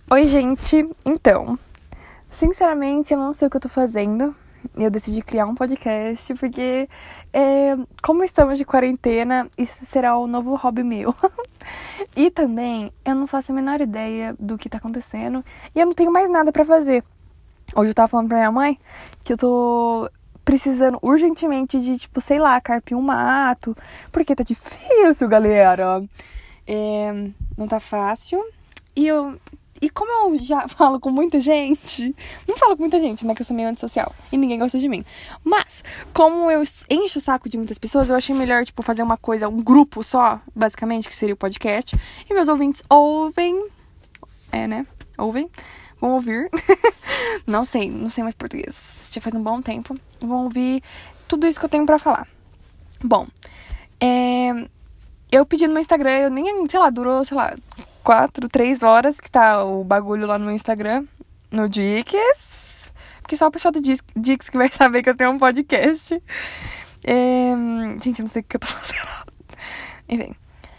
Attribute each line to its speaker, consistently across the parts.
Speaker 1: Oi, gente. Então, sinceramente, eu não sei o que eu tô fazendo. Eu decidi criar um podcast porque, como estamos de quarentena, isso será o novo hobby meu. E também, eu não faço a menor ideia do que tá acontecendo e eu não tenho mais nada pra fazer. Hoje eu tava falando pra minha mãe que eu tô precisando urgentemente de, sei lá, carpir um mato, porque tá difícil, galera. Não tá fácil. E como eu já falo com muita gente, não falo com muita gente, né, que eu sou meio antissocial e ninguém gosta de mim. Mas, como eu encho o saco de muitas pessoas, eu achei melhor, fazer uma coisa, um grupo só, basicamente, que seria o podcast. E meus ouvintes ouvem, ouvem, vão ouvir. Não sei mais português, já faz um bom tempo. Vão ouvir tudo isso que eu tenho pra falar. Bom, eu pedi no meu Instagram, eu nem, durou, 3 horas que tá o bagulho lá no meu Instagram, no Dix, porque só o pessoal do Dix que vai saber que eu tenho um podcast. Gente, eu não sei o que eu tô fazendo. Enfim.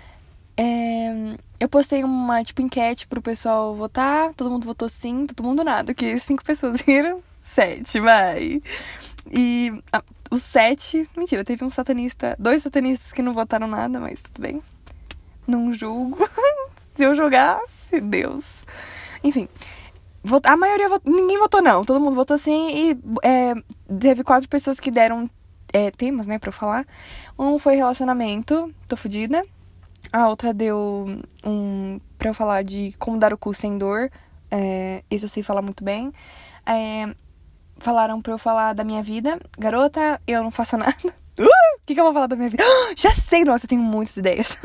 Speaker 1: Eu postei uma, enquete pro pessoal votar, todo mundo votou sim, todo mundo nada, que 5 pessoas viram, 7, vai. E os 7, mentira, teve 2 satanistas que não votaram nada, mas tudo bem. Não julgo. Se eu jogasse, Deus. Enfim, a maioria ninguém votou não, todo mundo votou sim. E teve 4 pessoas que deram temas, né, pra eu falar. Um foi relacionamento, tô fodida. A outra deu pra eu falar de como dar o cu sem dor. Esse eu sei falar muito bem. Falaram pra eu falar da minha vida. Garota, eu não faço nada. O que eu vou falar da minha vida? Já sei, nossa, eu tenho muitas ideias.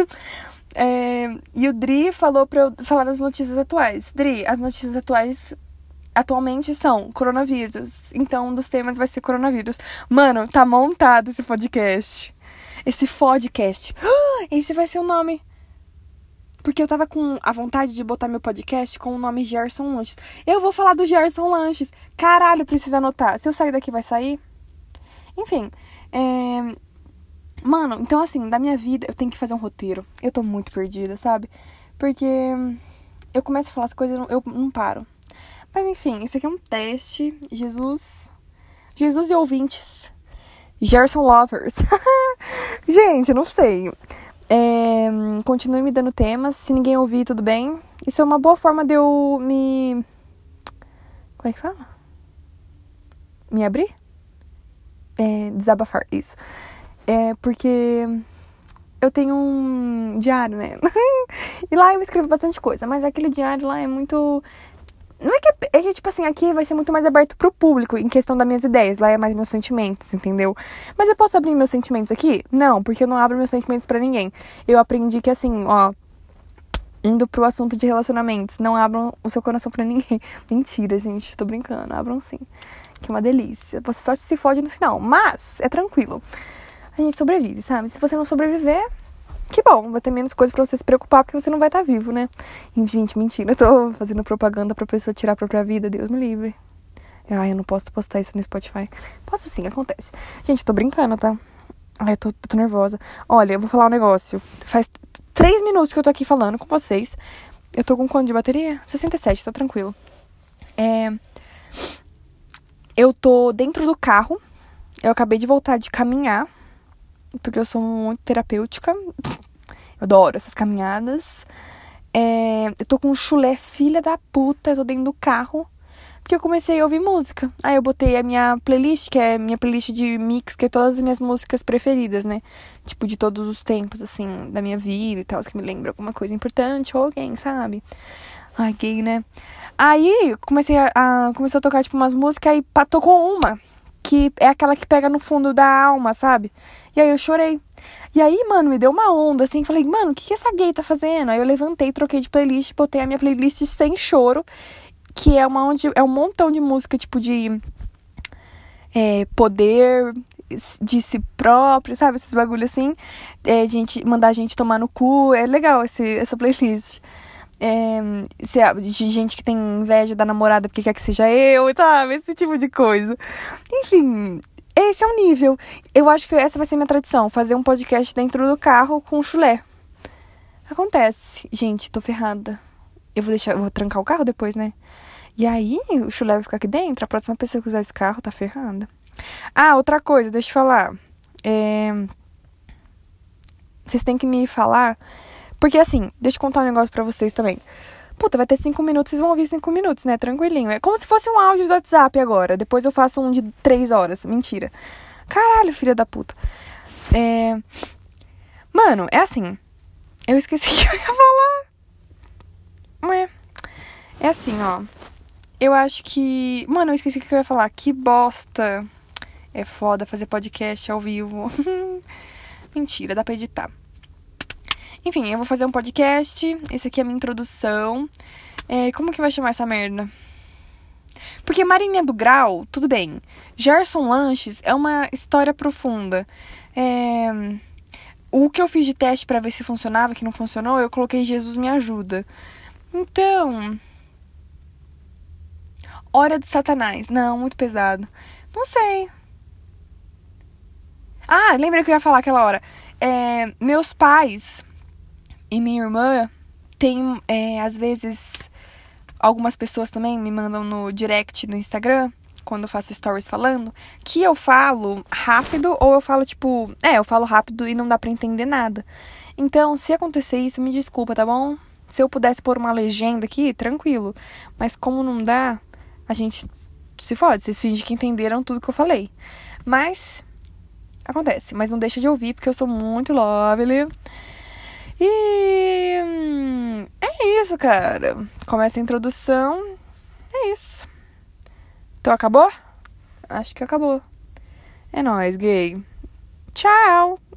Speaker 1: E o Dri falou pra eu falar das notícias atuais. Dri, as notícias atuais atualmente são coronavírus. Então, um dos temas vai ser coronavírus. Mano, tá montado esse podcast. Esse podcast. Esse vai ser o nome. Porque eu tava com a vontade de botar meu podcast com o nome Gerson Lanches. Eu vou falar do Gerson Lanches. Caralho, precisa anotar. Se eu sair daqui, vai sair? Enfim, Mano, então assim, da minha vida eu tenho que fazer um roteiro. Eu tô muito perdida, sabe? Porque eu começo a falar as coisas e eu não paro. Mas enfim, isso aqui é um teste. Jesus e ouvintes. Gerson Lovers. Gente, não sei. Continue me dando temas. Se ninguém ouvir, tudo bem. Isso é uma boa forma de eu me... Como é que fala? Me abrir? Desabafar, isso. Porque eu tenho um diário, né? E lá eu escrevo bastante coisa, mas aquele diário lá é muito... Não é que aqui vai ser muito mais aberto pro público em questão das minhas ideias. Lá é mais meus sentimentos, entendeu? Mas eu posso abrir meus sentimentos aqui? Não, porque eu não abro meus sentimentos pra ninguém. Eu aprendi que assim, indo pro assunto de relacionamentos, não abram o seu coração pra ninguém. Mentira, gente, tô brincando, abram sim. Que é uma delícia. Você só se fode no final, mas é tranquilo. A gente sobrevive, sabe? Se você não sobreviver, que bom, vai ter menos coisa pra você se preocupar, porque você não vai estar vivo, né? Gente, mentira, eu tô fazendo propaganda pra pessoa tirar a própria vida, Deus me livre. Ai, eu não posso postar isso no Spotify. Posso sim, acontece. Gente, tô brincando, tá? Ai, eu tô nervosa. Olha, eu vou falar um negócio. Faz 3 minutos que eu tô aqui falando com vocês. Eu tô com quanto de bateria? 67, tá tranquilo. Eu tô dentro do carro. Eu acabei de voltar de caminhar, porque eu sou muito terapêutica. Eu adoro essas caminhadas. Eu tô com um chulé filha da puta. Eu tô dentro do carro, porque eu comecei a ouvir música. Aí eu botei a minha playlist, que é minha playlist de mix, que é todas as minhas músicas preferidas, né? De todos os tempos, assim, da minha vida e tal, que me lembra alguma coisa importante ou alguém, sabe? Ai, gay, né? Aí começou a tocar, umas músicas, aí tocou uma que é aquela que pega no fundo da alma, sabe? E aí eu chorei. E aí, mano, me deu uma onda, assim, falei, mano, o que essa gay tá fazendo? Aí eu levantei, troquei de playlist, botei a minha playlist sem choro, que é um montão de música, de poder de si próprio, sabe? Esses bagulho assim, mandar a gente tomar no cu, é legal essa playlist. De gente que tem inveja da namorada porque quer que seja eu, sabe? Esse tipo de coisa. Enfim, esse é o nível. Eu acho que essa vai ser minha tradição, fazer um podcast dentro do carro com chulé. Acontece. Gente, tô ferrada. eu vou trancar o carro depois, né? E aí, o chulé vai ficar aqui dentro, a próxima pessoa que usar esse carro tá ferrada. Ah, outra coisa, deixa eu falar. Vocês têm que me falar. Porque assim, deixa eu contar um negócio pra vocês também. Puta, vai ter 5 minutos, vocês vão ouvir 5 minutos, né? Tranquilinho. É como se fosse um áudio do WhatsApp agora. Depois eu faço um de 3 horas. Mentira. Caralho, filha da puta. Mano, é assim. Eu esqueci o que eu ia falar. Ué. É assim, ó. Eu acho que... Mano, eu esqueci o que eu ia falar. Que bosta. É foda fazer podcast ao vivo. Mentira, dá pra editar. Enfim, eu vou fazer um podcast. Esse aqui é a minha introdução. Como que vai chamar essa merda? Porque Marinha do Grau, tudo bem. Gerson Lanches é uma história profunda. O que eu fiz de teste pra ver se funcionava, que não funcionou, eu coloquei Jesus me ajuda. Então... Hora de Satanás. Não, muito pesado. Não sei. Ah, lembrei que eu ia falar aquela hora. Meus pais e minha irmã tem, às vezes, algumas pessoas também me mandam no direct no Instagram, quando eu faço stories falando, que eu falo rápido ou eu falo, tipo... eu falo rápido e não dá pra entender nada. Então, se acontecer isso, me desculpa, tá bom? Se eu pudesse pôr uma legenda aqui, tranquilo. Mas como não dá, a gente se fode. Vocês fingem que entenderam tudo que eu falei. Mas... acontece, mas não deixa de ouvir, porque eu sou muito lovely. E é isso, cara. Começa a introdução. É isso. Então acabou? Acho que acabou. É nóis, gay. Tchau!